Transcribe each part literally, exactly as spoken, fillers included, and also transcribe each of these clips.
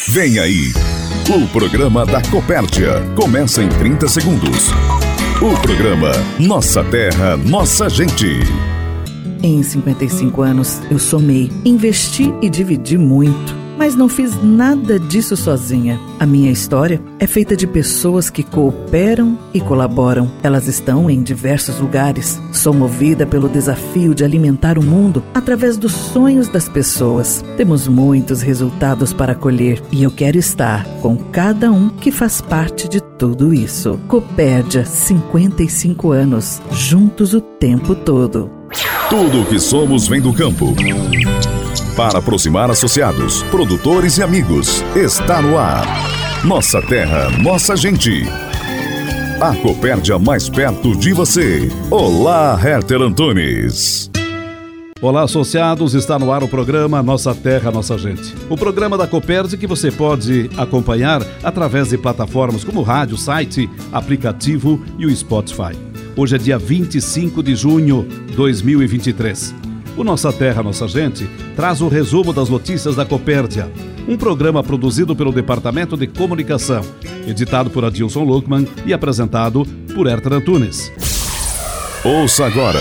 Vem aí, o programa da Copérdia. Começa em trinta segundos. O programa Nossa Terra, Nossa Gente. Em cinquenta e cinco anos, eu somei, investi e dividi muito, mas não fiz nada disso sozinha. A minha história é feita de pessoas que cooperam e colaboram. Elas estão em diversos lugares. Sou movida pelo desafio de alimentar o mundo através dos sonhos das pessoas. Temos muitos resultados para colher e eu quero estar com cada um que faz parte de tudo isso. Copérdia, cinquenta e cinco anos, juntos o tempo todo. Tudo o que somos vem do campo. Para aproximar associados, produtores e amigos, está no ar. Nossa Terra, Nossa Gente. A Copérdia mais perto de você. Olá, Herter Antunes. Olá, associados, está no ar o programa Nossa Terra, Nossa Gente. O programa da Copérdia que você pode acompanhar através de plataformas como rádio, site, aplicativo e o Spotify. Hoje é dia vinte e cinco de junho de dois mil e vinte e três. O Nossa Terra, Nossa Gente traz o resumo das notícias da Copérdia, um programa produzido pelo Departamento de Comunicação, editado por Adilson Luckman e apresentado por Herter Antunes. Ouça agora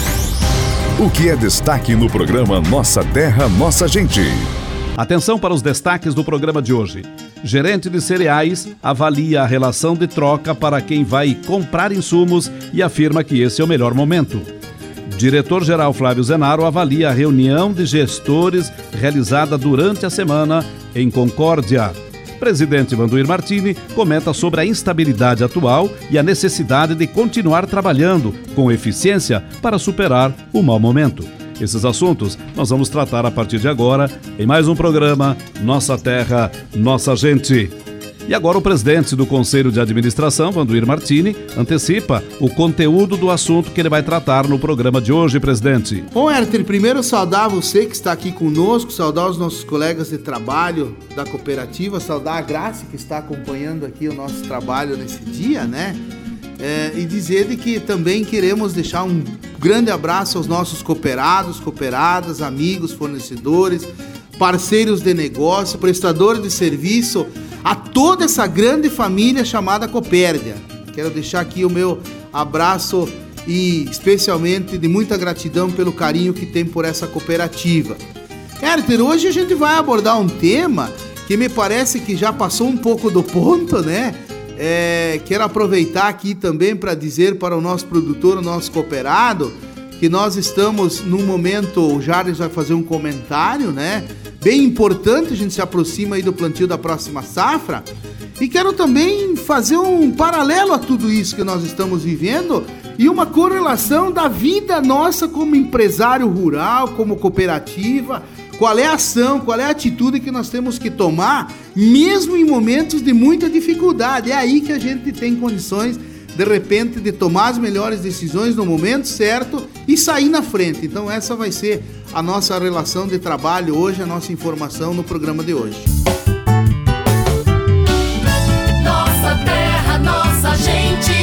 o que é destaque no programa Nossa Terra, Nossa Gente. Atenção para os destaques do programa de hoje. Gerente de cereais avalia a relação de troca para quem vai comprar insumos e afirma que esse é o melhor momento. Diretor-geral Flávio Zenaro avalia a reunião de gestores realizada durante a semana em Concórdia. Presidente Vanduir Martini comenta sobre a instabilidade atual e a necessidade de continuar trabalhando com eficiência para superar o mau momento. Esses assuntos nós vamos tratar a partir de agora em mais um programa Nossa Terra, Nossa Gente. E agora o presidente do Conselho de Administração, Vanduir Martini, antecipa o conteúdo do assunto que ele vai tratar no programa de hoje, presidente. Bom, Herter, primeiro saudar você que está aqui conosco, saudar os nossos colegas de trabalho da cooperativa, saudar a Graça que está acompanhando aqui o nosso trabalho nesse dia, né? É, e dizer de que também queremos deixar um grande abraço aos nossos cooperados, cooperadas, amigos, fornecedores, parceiros de negócio, prestadores de serviço, a toda essa grande família chamada Copérdia. Quero deixar aqui o meu abraço e especialmente de muita gratidão pelo carinho que tem por essa cooperativa. Herter, hoje a gente vai abordar um tema que me parece que já passou um pouco do ponto, né? É, quero aproveitar aqui também para dizer para o nosso produtor, o nosso cooperado, que nós estamos num momento, o Jardim vai fazer um comentário, né? Bem importante, a gente se aproxima aí do plantio da próxima safra. E quero também fazer um paralelo a tudo isso que nós estamos vivendo e uma correlação da vida nossa como empresário rural, como cooperativa. Qual é a ação, qual é a atitude que nós temos que tomar, mesmo em momentos de muita dificuldade. É aí que a gente tem condições, de repente, de tomar as melhores decisões no momento certo e sair na frente. Então essa vai ser a nossa relação de trabalho hoje, a nossa informação no programa de hoje. Nossa terra, nossa gente.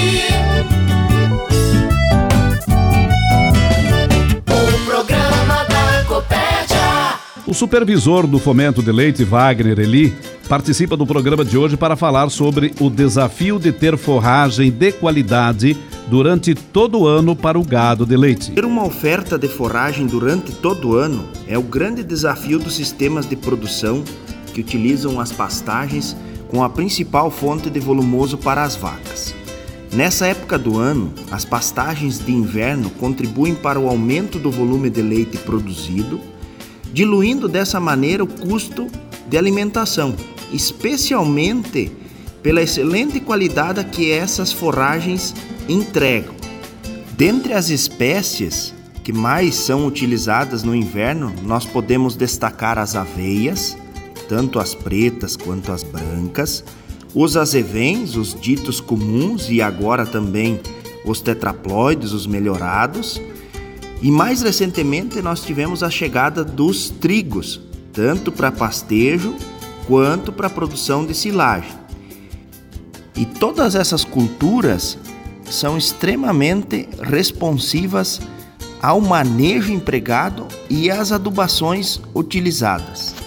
O programa da Copérdia. O supervisor do Fomento de Leite, Wagner Eli, participa do programa de hoje para falar sobre o desafio de ter forragem de qualidade durante todo o ano para o gado de leite. Ter uma oferta de forragem durante todo o ano é o grande desafio dos sistemas de produção que utilizam as pastagens como a principal fonte de volumoso para as vacas. Nessa época do ano, as pastagens de inverno contribuem para o aumento do volume de leite produzido, diluindo dessa maneira o custo de alimentação, especialmente pela excelente qualidade que essas forragens entregam. Dentre as espécies que mais são utilizadas no inverno, nós podemos destacar as aveias, tanto as pretas quanto as brancas, os azevens, os ditos comuns e agora também os tetraploides, os melhorados. E mais recentemente nós tivemos a chegada dos trigos, tanto para pastejo quanto para produção de silagem. E todas essas culturas são extremamente responsivas ao manejo empregado e às adubações utilizadas.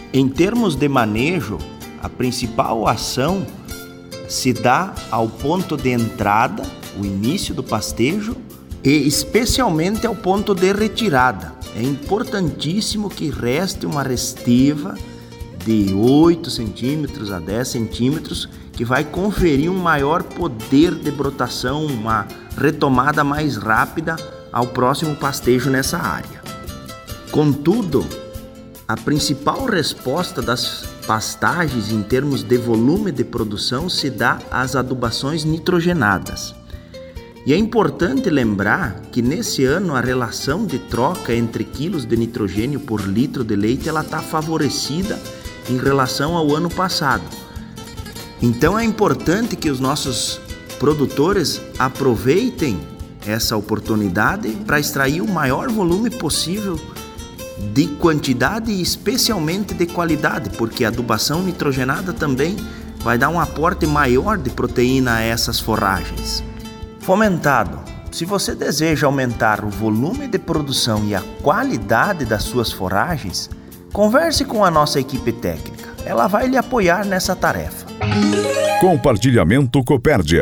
Em termos de manejo, a principal ação se dá ao ponto de entrada, o início do pastejo, e especialmente ao ponto de retirada. É importantíssimo que reste uma restiva de oito centímetros a dez centímetros, que vai conferir um maior poder de brotação, uma retomada mais rápida ao próximo pastejo nessa área. Contudo, a principal resposta das pastagens em termos de volume de produção se dá às adubações nitrogenadas. E é importante lembrar que nesse ano a relação de troca entre quilos de nitrogênio por litro de leite ela está favorecida em relação ao ano passado. Então é importante que os nossos produtores aproveitem essa oportunidade para extrair o maior volume possível de quantidade e especialmente de qualidade, porque a adubação nitrogenada também vai dar um aporte maior de proteína a essas forragens. Fomentado. Se você deseja aumentar o volume de produção e a qualidade das suas forragens, converse com a nossa equipe técnica. Ela vai lhe apoiar nessa tarefa. Compartilhamento Copérdia.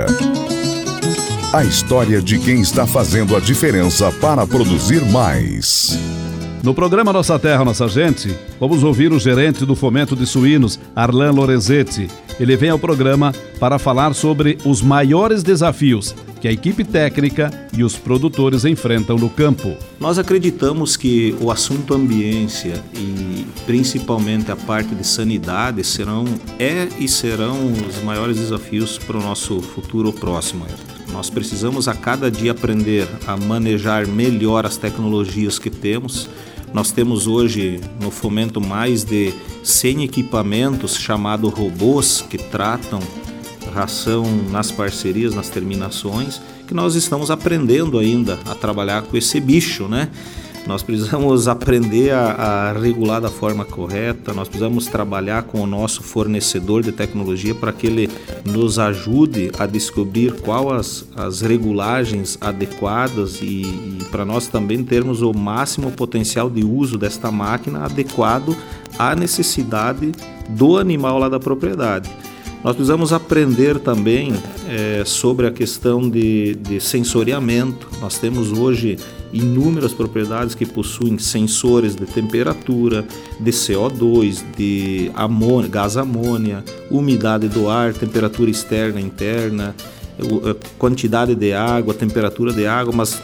A história de quem está fazendo a diferença para produzir mais. No programa Nossa Terra, Nossa Gente, vamos ouvir o gerente do Fomento de Suínos, Arlan Lorenzetti. Ele vem ao programa para falar sobre os maiores desafios que a equipe técnica e os produtores enfrentam no campo. Nós acreditamos que o assunto ambiência e principalmente a parte de sanidade serão, é e serão os maiores desafios para o nosso futuro próximo. Nós precisamos a cada dia aprender a manejar melhor as tecnologias que temos. Nós temos hoje no Fomento mais de cem equipamentos chamados robôs que tratam ração nas parcerias, nas terminações, que nós estamos aprendendo ainda a trabalhar com esse bicho, né? Nós precisamos aprender a, a regular da forma correta, nós precisamos trabalhar com o nosso fornecedor de tecnologia para que ele nos ajude a descobrir quais as, as regulagens adequadas e, e para nós também termos o máximo potencial de uso desta máquina adequado à necessidade do animal lá da propriedade. Nós precisamos aprender também é, sobre a questão de, de sensoriamento. Nós temos hoje inúmeras propriedades que possuem sensores de temperatura, de C O dois, de amônia, gás amônia, umidade do ar, temperatura externa e interna, quantidade de água, temperatura de água, mas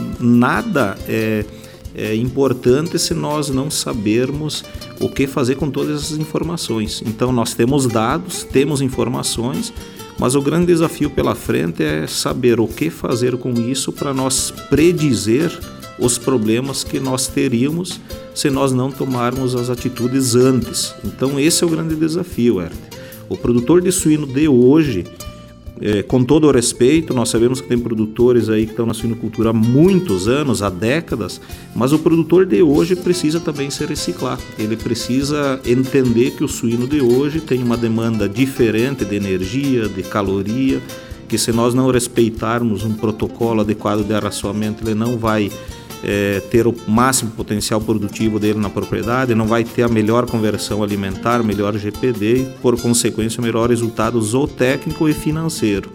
nada é, é importante se nós não sabermos o que fazer com todas essas informações. Então nós temos dados, temos informações, mas o grande desafio pela frente é saber o que fazer com isso para nós predizer os problemas que nós teríamos se nós não tomarmos as atitudes antes. Então esse é o grande desafio, Herter. O produtor de suíno de hoje, é, com todo o respeito, nós sabemos que tem produtores aí que estão na suinocultura há muitos anos, há décadas, mas o produtor de hoje precisa também se reciclar. Ele precisa entender que o suíno de hoje tem uma demanda diferente de energia, de caloria, que se nós não respeitarmos um protocolo adequado de arraçoamento, ele não vai é, ter o máximo potencial produtivo dele na propriedade, não vai ter a melhor conversão alimentar, melhor G P D e, por consequência, melhor resultado zootécnico e financeiro.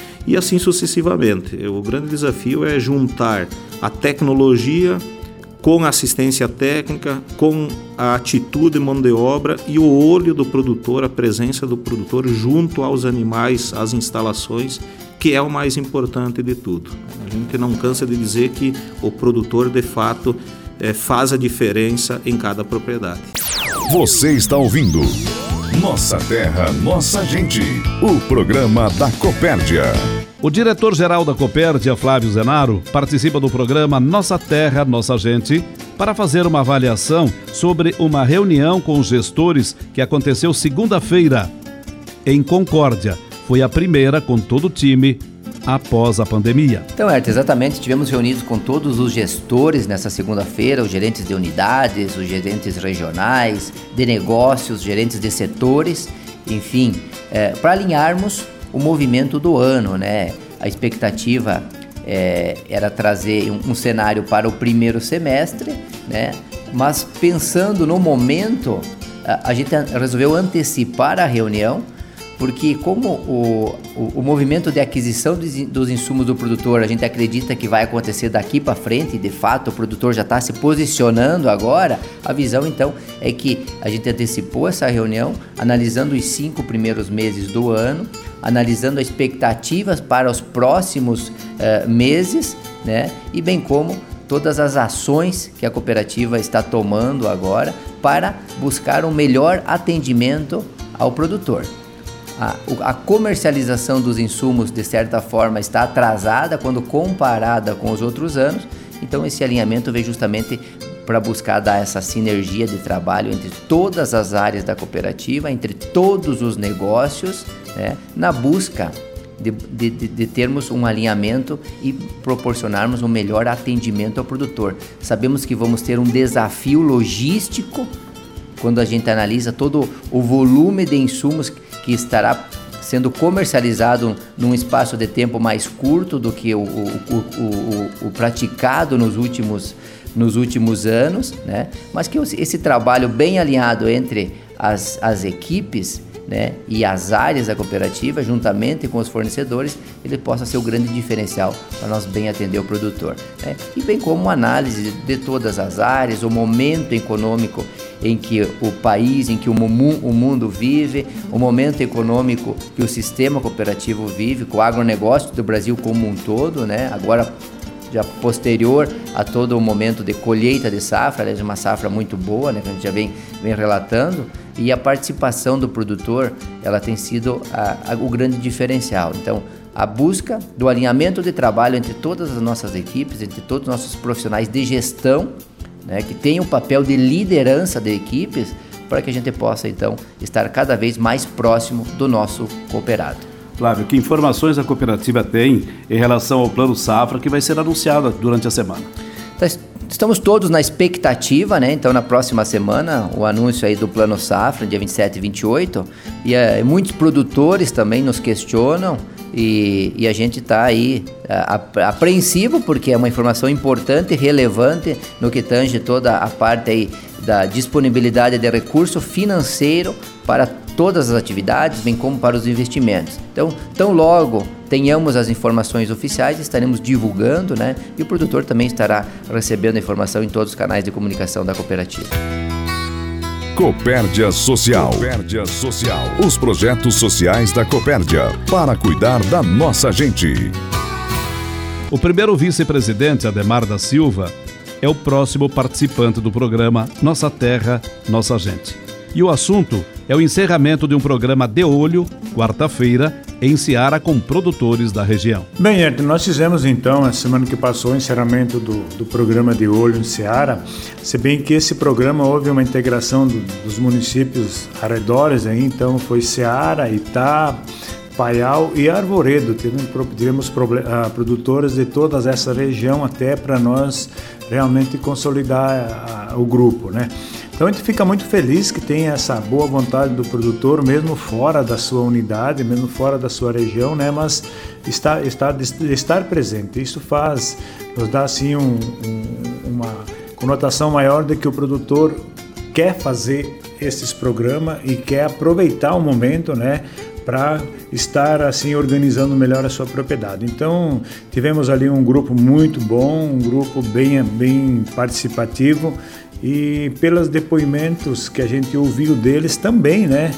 E assim sucessivamente. O grande desafio é juntar a tecnologia com a assistência técnica, com a atitude, mão de obra e o olho do produtor, a presença do produtor junto aos animais, às instalações, que é o mais importante de tudo. A gente não cansa de dizer que o produtor, de fato, é, faz a diferença em cada propriedade. Você está ouvindo Nossa Terra, Nossa Gente, o programa da Copérdia. O diretor-geral da Copérdia, Flávio Zenaro, participa do programa Nossa Terra, Nossa Gente para fazer uma avaliação sobre uma reunião com os gestores que aconteceu segunda-feira em Concórdia. Foi a primeira com todo o time após a pandemia. Então, Herta, exatamente, tivemos reunidos com todos os gestores nessa segunda-feira, os gerentes de unidades, os gerentes regionais, de negócios, gerentes de setores, enfim, é, para alinharmos o movimento do ano, né? A expectativa é, era trazer um, um cenário para o primeiro semestre, né? Mas pensando no momento, a, a gente resolveu antecipar a reunião, porque como o, o, o movimento de aquisição dos, dos insumos do produtor, a gente acredita que vai acontecer daqui para frente, e de fato o produtor já está se posicionando agora, a visão então é que a gente antecipou essa reunião, analisando os cinco primeiros meses do ano, analisando as expectativas para os próximos uh, meses, né, e bem como todas as ações que a cooperativa está tomando agora para buscar um melhor atendimento ao produtor. A, a comercialização dos insumos, de certa forma, está atrasada quando comparada com os outros anos, então esse alinhamento veio justamente para buscar dar essa sinergia de trabalho entre todas as áreas da cooperativa, entre todos os negócios, né, na busca de, de, de termos um alinhamento e proporcionarmos um melhor atendimento ao produtor. Sabemos que vamos ter um desafio logístico quando a gente analisa todo o volume de insumos que estará sendo comercializado num espaço de tempo mais curto do que o, o, o, o, o praticado nos últimos, nos últimos anos, né? Mas que esse trabalho bem alinhado entre as, as equipes, né, e as áreas da cooperativa, juntamente com os fornecedores, ele possa ser o grande diferencial para nós bem atender o produtor, né? E bem como uma análise de todas as áreas, o momento econômico em que o país, em que o, mu- o mundo vive, o momento econômico que o sistema cooperativo vive, com o agronegócio do Brasil como um todo, né? Agora já posterior a todo o momento de colheita de safra, aliás, uma safra muito boa, né, que a gente já vem, vem relatando, e a participação do produtor, ela tem sido a, a, o grande diferencial. Então, a busca do alinhamento de trabalho entre todas as nossas equipes, entre todos os nossos profissionais de gestão, né, que tem um papel de liderança de equipes, para que a gente possa, então, estar cada vez mais próximo do nosso cooperado. Flávio, que informações a cooperativa tem em relação ao Plano Safra que vai ser anunciado durante a semana? Estamos todos na expectativa, né? Então, na próxima semana, o anúncio aí do Plano Safra, dia vinte e sete e vinte e oito, e é, muitos produtores também nos questionam e, e a gente está aí a, a, apreensivo, porque é uma informação importante e relevante no que tange toda a parte aí da disponibilidade de recurso financeiro para todas as atividades, bem como para os investimentos. Então, tão logo tenhamos as informações oficiais, estaremos divulgando, né? E o produtor também estará recebendo a informação em todos os canais de comunicação da cooperativa. Copérdia Social. Copérdia Social. Os projetos sociais da Copérdia para cuidar da nossa gente. O primeiro vice-presidente, Ademar da Silva, é o próximo participante do programa Nossa Terra, Nossa Gente. E o assunto é o encerramento de um programa de olho, quarta-feira, em Ceará, com produtores da região. Bem, Ed, nós fizemos então, a semana que passou, o encerramento do, do programa de olho em Ceará, se bem que esse programa houve uma integração do, dos municípios arredores, aí, então foi Ceará, Itá, Paial e Arvoredo. Tivemos uh, produtores de toda essa região até para nós realmente consolidar uh, o grupo, né? Então a gente fica muito feliz que tem essa boa vontade do produtor, mesmo fora da sua unidade, mesmo fora da sua região, né? Mas estar, estar, estar presente. Isso faz, nos dá assim um, um, uma conotação maior de que o produtor quer fazer esses programas e quer aproveitar o momento, né, para estar assim organizando melhor a sua propriedade. Então tivemos ali um grupo muito bom, um grupo bem, bem participativo, e pelos depoimentos que a gente ouviu deles também, né,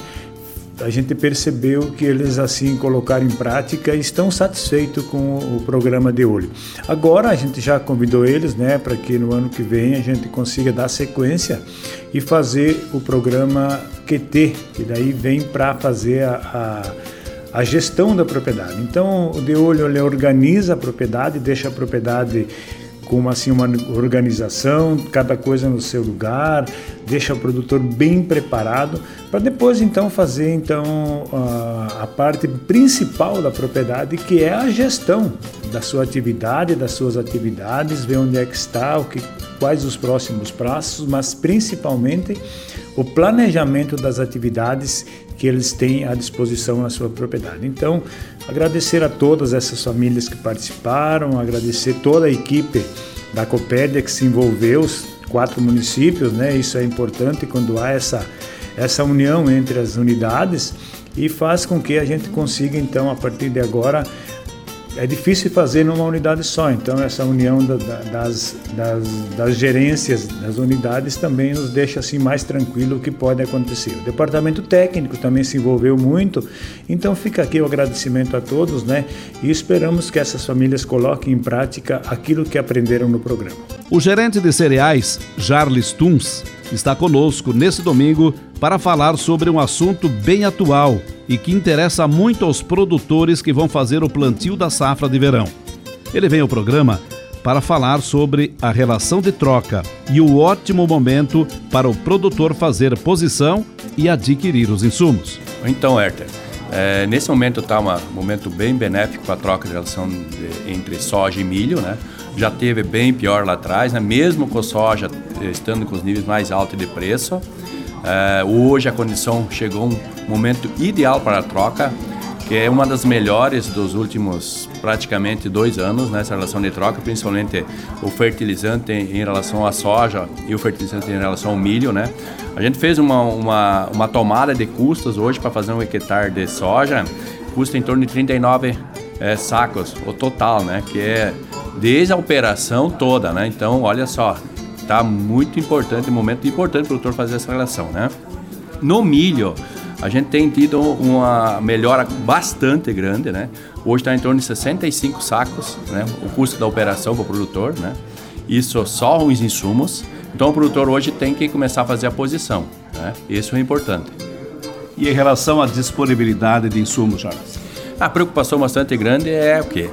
a gente percebeu que eles assim colocaram em prática e estão satisfeitos com o programa de olho. Agora a gente já convidou eles, né, para que no ano que vem a gente consiga dar sequência e fazer o programa Q T, que daí vem para fazer a, a, a gestão da propriedade. Então o de olho ele organiza a propriedade, deixa a propriedade com assim, uma organização, cada coisa no seu lugar, deixa o produtor bem preparado para depois então fazer então a, a parte principal da propriedade, que é a gestão da sua atividade, das suas atividades, ver onde é que está, o que, quais os próximos passos, mas principalmente o planejamento das atividades que eles têm à disposição na sua propriedade. Então, agradecer a todas essas famílias que participaram, agradecer toda a equipe da Copérdia que se envolveu, os quatro municípios, né? Isso é importante quando há essa, essa união entre as unidades e faz com que a gente consiga, então, a partir de agora, é difícil fazer numa unidade só, então essa união da, da, das, das, das gerências das unidades também nos deixa assim mais tranquilo o que pode acontecer. O departamento técnico também se envolveu muito, então fica aqui o agradecimento a todos, né? E esperamos que essas famílias coloquem em prática aquilo que aprenderam no programa. O gerente de cereais, Jarles Tuns, está conosco nesse domingo para falar sobre um assunto bem atual e que interessa muito aos produtores que vão fazer o plantio da safra de verão. Ele vem ao programa para falar sobre a relação de troca e o ótimo momento para o produtor fazer posição e adquirir os insumos. Então, Herter, é, nesse momento está um momento bem benéfico para a troca de relação de, entre soja e milho, né? Já teve bem pior lá atrás, né? Mesmo com soja estando com os níveis mais altos de preço. É, hoje a condição chegou um momento ideal para a troca, que é uma das melhores dos últimos praticamente dois anos, né, essa relação de troca, principalmente o fertilizante em relação à soja e o fertilizante em relação ao milho, né. A gente fez uma, uma, uma tomada de custos hoje para fazer um hectare de soja, custa em torno de trinta e nove é, sacos, o total, né, que é desde a operação toda, né. Então, olha só, tá muito importante, um momento importante para o produtor fazer essa relação, né. No milho, a gente tem tido uma melhora bastante grande, né? Hoje está em torno de sessenta e cinco sacos, né? O custo da operação para o produtor, né? Isso só os insumos. Então o produtor hoje tem que começar a fazer a posição, né? Isso é importante. E em relação à disponibilidade de insumos, Charles? A preocupação bastante grande é o quê?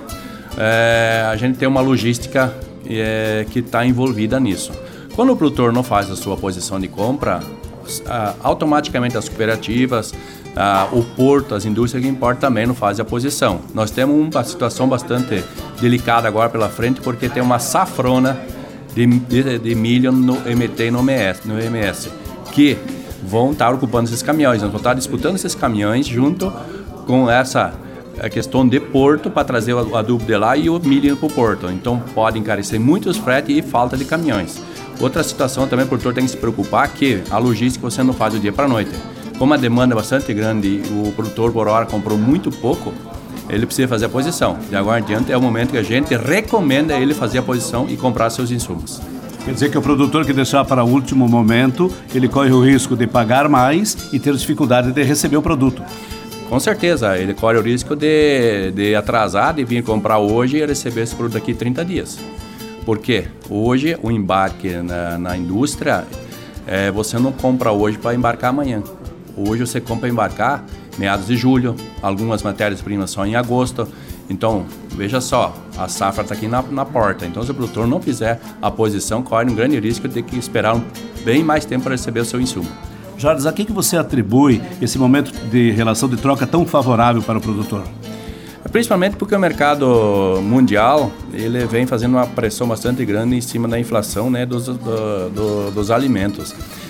É, a gente tem uma logística é, que está envolvida nisso. Quando o produtor não faz a sua posição de compra, Uh, automaticamente as cooperativas, uh, o porto, as indústrias que importam também não fazem a posição. Nós temos uma situação bastante delicada agora pela frente, porque tem uma safrona de, de, de milho no M T e no M S, no M S, que vão estar ocupando esses caminhões, nós vamos estar disputando esses caminhões junto com essa a questão de porto para trazer o adubo de lá e o milho para o porto. Então pode encarecer muito os fretes e falta de caminhões. Outra situação também, o produtor tem que se preocupar que a logística você não faz do dia para a noite. Como a demanda é bastante grande e o produtor por hora comprou muito pouco, ele precisa fazer a posição. De agora em diante é o momento que a gente recomenda ele fazer a posição e comprar seus insumos. Quer dizer que o produtor que deixar para o último momento, ele corre o risco de pagar mais e ter dificuldade de receber o produto. Com certeza, ele corre o risco de, de atrasar, de vir comprar hoje e receber esse produto daqui trinta dias. Por quê? Hoje o embarque na, na indústria, é, você não compra hoje para embarcar amanhã. Hoje você compra para embarcar meados de julho, algumas matérias-primas só em agosto. Então, veja só, a safra está aqui na, na porta. Então, se o produtor não fizer a posição, corre um grande risco de ter que esperar um, bem mais tempo para receber o seu insumo. Jorge, a que você atribui esse momento de relação de troca tão favorável para o produtor? Principalmente porque o mercado mundial ele vem fazendo uma pressão bastante grande em cima da inflação, né, dos, do, do, dos alimentos.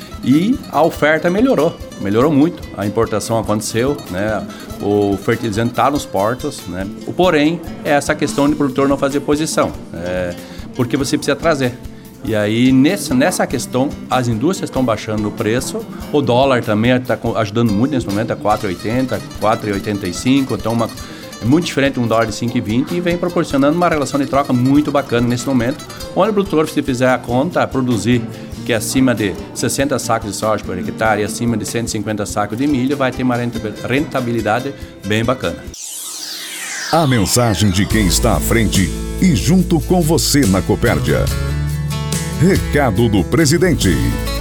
E a oferta melhorou, melhorou muito. A importação aconteceu, né, o fertilizante está nos portos, né, o porém é essa questão de o produtor não fazer posição, é, porque você precisa trazer. E aí, nessa, nessa questão, as indústrias estão baixando o preço, o dólar também está ajudando muito nesse momento, a quatro reais e oitenta centavos, quatro reais e oitenta e cinco centavos, então uma... é muito diferente de um dólar de cinco reais e vinte centavos e vem proporcionando uma relação de troca muito bacana nesse momento, onde o produtor, se fizer a conta, produzir que é acima de sessenta sacos de soja por hectare e acima de cento e cinquenta sacos de milho, vai ter uma rentabilidade bem bacana. A mensagem de quem está à frente e junto com você na Copérdia. Recado do presidente.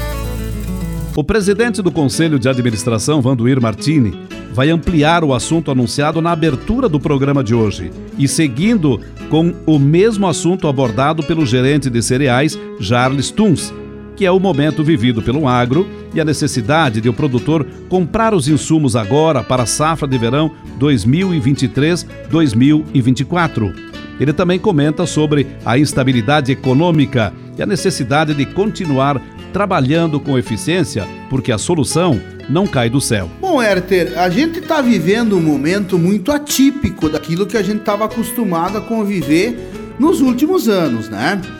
O presidente do Conselho de Administração, Vandoir Martini, vai ampliar o assunto anunciado na abertura do programa de hoje e seguindo com o mesmo assunto abordado pelo gerente de cereais, Jarles Tuns, que é o momento vivido pelo agro e a necessidade de o produtor comprar os insumos agora para a safra de verão dois mil e vinte e três dois mil e vinte e quatro. Ele também comenta sobre a instabilidade econômica e a necessidade de continuar trabalhando com eficiência, porque a solução não cai do céu. Bom, Herter, a gente está vivendo um momento muito atípico daquilo que a gente estava acostumado a conviver nos últimos anos, né?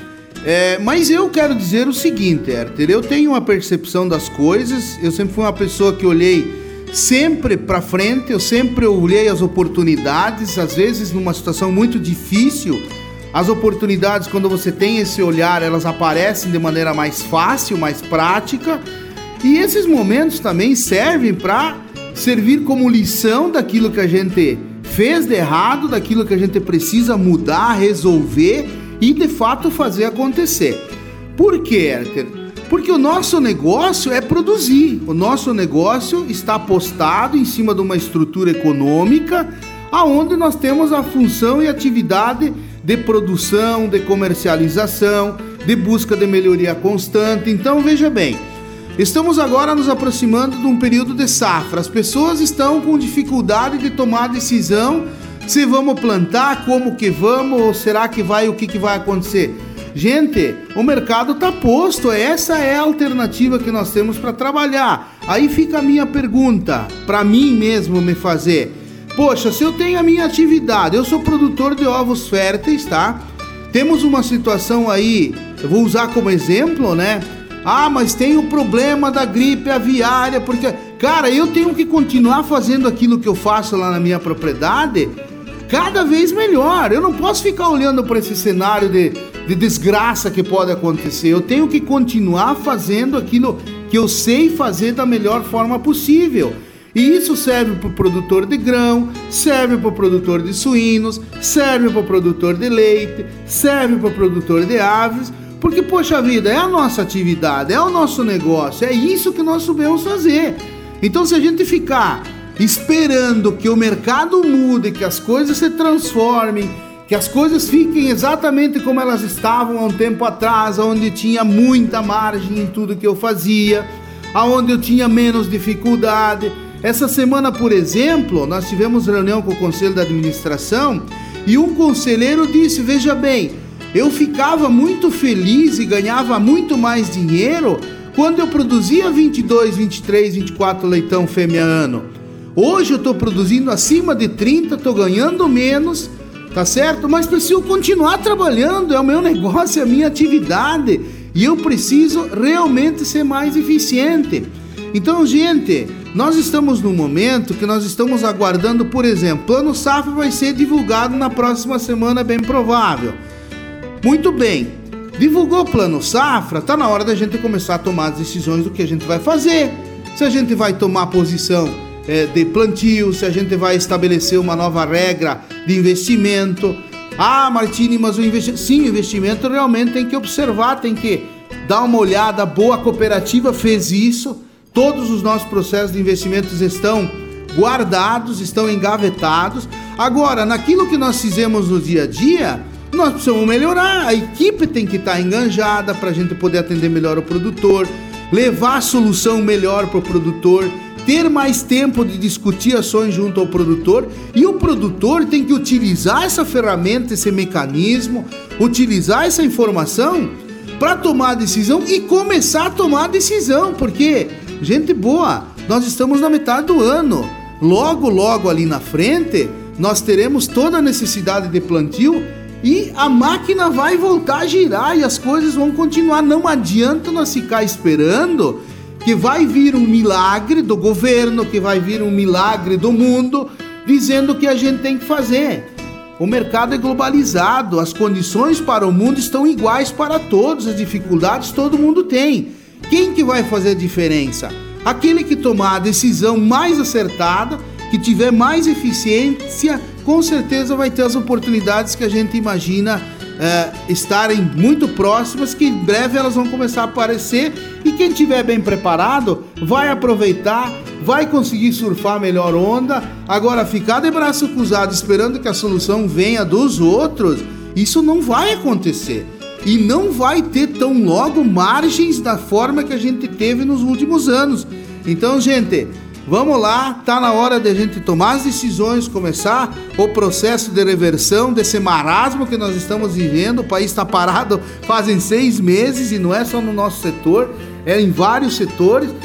É, mas eu quero dizer o seguinte, Herter, eu tenho uma percepção das coisas, eu sempre fui uma pessoa que olhei sempre para frente, eu sempre olhei as oportunidades, às vezes numa situação muito difícil, as oportunidades, quando você tem esse olhar, elas aparecem de maneira mais fácil, mais prática, e esses momentos também servem para servir como lição daquilo que a gente fez de errado, daquilo que a gente precisa mudar, resolver e de fato fazer acontecer. Por quê, Herter? Porque o nosso negócio é produzir, o nosso negócio está apostado em cima de uma estrutura econômica aonde nós temos a função e atividade de produção, de comercialização, de busca de melhoria constante. Então veja bem, estamos agora nos aproximando de um período de safra, as pessoas estão com dificuldade de tomar decisão se vamos plantar, como que vamos, ou será que vai, o que, que vai acontecer? Gente, o mercado está posto, essa é a alternativa que nós temos para trabalhar. Aí fica a minha pergunta, para mim mesmo me fazer. Poxa, se eu tenho a minha atividade, eu sou produtor de ovos férteis, tá? Temos uma situação aí, eu vou usar como exemplo, né? Ah, mas tem o problema da gripe aviária, porque... Cara, eu tenho que continuar fazendo aquilo que eu faço lá na minha propriedade cada vez melhor. Eu não posso ficar olhando para esse cenário de, de desgraça que pode acontecer. Eu tenho que continuar fazendo aquilo que eu sei fazer da melhor forma possível. E isso serve para o produtor de grão, serve para o produtor de suínos, serve para o produtor de leite, serve para o produtor de aves, porque, poxa vida, é a nossa atividade, é o nosso negócio, é isso que nós sabemos fazer. Então, se a gente ficar esperando que o mercado mude, que as coisas se transformem, que as coisas fiquem exatamente como elas estavam há um tempo atrás, onde tinha muita margem em tudo que eu fazia, onde eu tinha menos dificuldade. Essa semana, por exemplo, nós tivemos reunião com o Conselho de Administração e um conselheiro disse, veja bem, eu ficava muito feliz e ganhava muito mais dinheiro quando eu produzia vinte e dois, vinte e três, vinte e quatro leitão fêmea ano. Hoje eu estou produzindo acima de trinta, estou ganhando menos, tá certo? Mas preciso continuar trabalhando, é o meu negócio, é a minha atividade e eu preciso realmente ser mais eficiente. Então, gente, nós estamos num momento que nós estamos aguardando, por exemplo, o Plano Safra vai ser divulgado na próxima semana, é bem provável. Muito bem, divulgou o Plano Safra, está na hora da gente começar a tomar as decisões do que a gente vai fazer. Se a gente vai tomar posição é, de plantio, se a gente vai estabelecer uma nova regra de investimento. Ah, Martini, mas o investimento... Sim, o investimento realmente tem que observar, tem que dar uma olhada boa. A cooperativa fez isso, todos os nossos processos de investimentos estão guardados, estão engavetados. Agora, naquilo que nós fizemos no dia a dia, nós precisamos melhorar, a equipe tem que estar enganjada para a gente poder atender melhor o produtor, levar a solução melhor para o produtor, ter mais tempo de discutir ações junto ao produtor, e o produtor tem que utilizar essa ferramenta, esse mecanismo, utilizar essa informação para tomar a decisão e começar a tomar a decisão, porque, gente boa, nós estamos na metade do ano, logo, logo ali na frente, nós teremos toda a necessidade de plantio e a máquina vai voltar a girar e as coisas vão continuar. Não adianta nós ficar esperando que vai vir um milagre do governo, que vai vir um milagre do mundo, dizendo o que a gente tem que fazer. O mercado é globalizado, as condições para o mundo estão iguais para todos, as dificuldades todo mundo tem. Quem que vai fazer a diferença? Aquele que tomar a decisão mais acertada, que tiver mais eficiência, com certeza vai ter as oportunidades que a gente imagina é, estarem muito próximas, que em breve elas vão começar a aparecer, e quem estiver bem preparado vai aproveitar, vai conseguir surfar a melhor onda. Agora, ficar de braço cruzado esperando que a solução venha dos outros, isso não vai acontecer. E não vai ter tão logo margens da forma que a gente teve nos últimos anos. Então, gente, vamos lá, tá na hora de a gente tomar as decisões, começar o processo de reversão desse marasmo que nós estamos vivendo. O país está parado fazem seis meses e não é só no nosso setor, é em vários setores.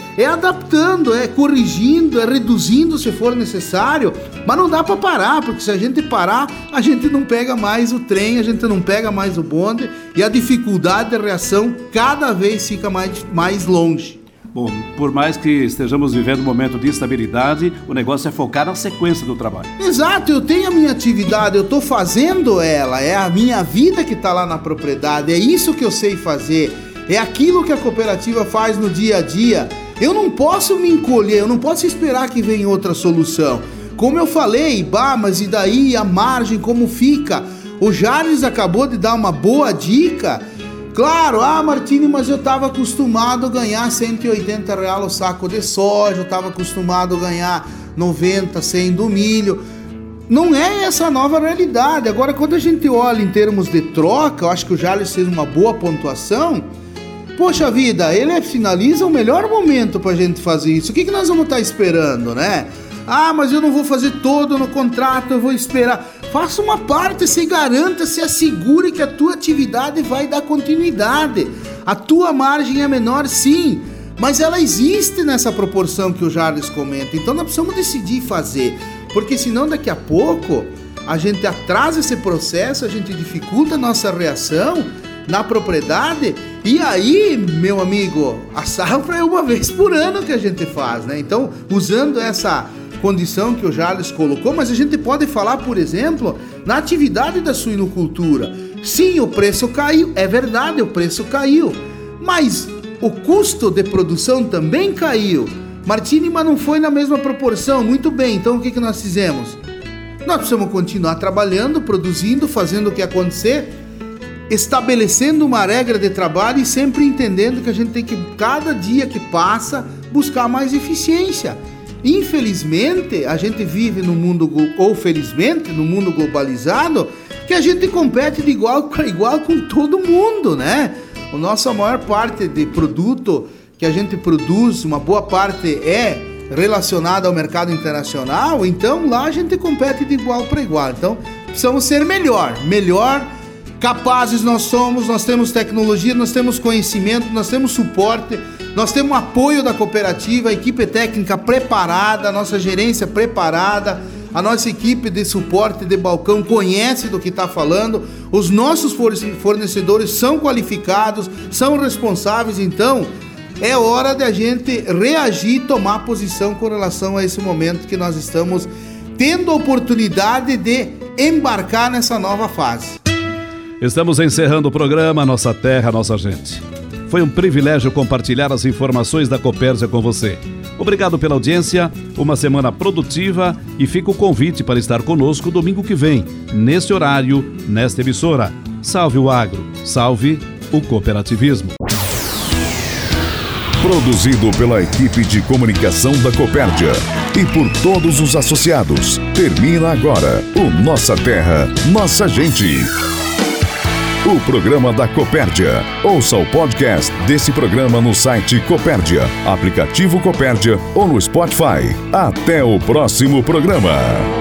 é adaptando, é corrigindo, é reduzindo se for necessário, mas não dá para parar, porque se a gente parar, a gente não pega mais o trem, a gente não pega mais o bonde e a dificuldade de reação cada vez fica mais, mais longe. Bom, por mais que estejamos vivendo um momento de instabilidade, o negócio é focar na sequência do trabalho. Exato, eu tenho a minha atividade, eu estou fazendo ela, é a minha vida que está lá na propriedade, é isso que eu sei fazer, é aquilo que a cooperativa faz no dia a dia. Eu não posso me encolher, eu não posso esperar que venha outra solução. Como eu falei, bah, mas e daí a margem, como fica? O Jarles acabou de dar uma boa dica. Claro, ah, Martini, mas eu estava acostumado a ganhar cento e oitenta reais o saco de soja, eu estava acostumado a ganhar noventa, cem do milho. Não é essa a nova realidade. Agora, quando a gente olha em termos de troca, eu acho que o Jarles fez uma boa pontuação. Poxa vida, ele finaliza o melhor momento para a gente fazer isso. O que, que nós vamos estar esperando, né? Ah, mas eu não vou fazer todo no contrato, eu vou esperar. Faça uma parte, se garanta, se assegure que a tua atividade vai dar continuidade. A tua margem é menor, sim, mas ela existe nessa proporção que o Jarles comenta. Então nós precisamos decidir fazer, porque senão daqui a pouco a gente atrasa esse processo, a gente dificulta a nossa reação na propriedade. E aí, meu amigo, a safra é uma vez por ano que a gente faz, né? Então, usando essa condição que o Jarles colocou, mas a gente pode falar, por exemplo, na atividade da suinocultura. Sim, o preço caiu, é verdade, o preço caiu, mas o custo de produção também caiu. Martini, mas não foi na mesma proporção. Muito bem, então o que, que nós fizemos? Nós precisamos continuar trabalhando, produzindo, fazendo o que acontecer, estabelecendo uma regra de trabalho e sempre entendendo que a gente tem que, cada dia que passa, buscar mais eficiência. Infelizmente, a gente vive no mundo, ou felizmente, no mundo globalizado, que a gente compete de igual para igual com todo mundo, né? A nossa maior parte de produto que a gente produz, uma boa parte é relacionada ao mercado internacional, então lá a gente compete de igual para igual. Então, precisamos ser melhor, melhor, capazes nós somos, nós temos tecnologia, nós temos conhecimento, nós temos suporte, nós temos apoio da cooperativa, a equipe técnica preparada, a nossa gerência preparada, a nossa equipe de suporte de balcão conhece do que está falando, os nossos fornecedores são qualificados, são responsáveis. Então é hora de a gente reagir e tomar posição com relação a esse momento que nós estamos tendo a oportunidade de embarcar nessa nova fase. Estamos encerrando o programa Nossa Terra, Nossa Gente. Foi um privilégio compartilhar as informações da Copérgia com você. Obrigado pela audiência, uma semana produtiva e fica o convite para estar conosco domingo que vem, nesse horário, nesta emissora. Salve o agro, salve o cooperativismo. Produzido pela equipe de comunicação da Copérgia e por todos os associados. Termina agora o Nossa Terra, Nossa Gente. O programa da Copérgia. Ouça o podcast desse programa no site Copérgia, aplicativo Copérgia ou no Spotify. Até o próximo programa.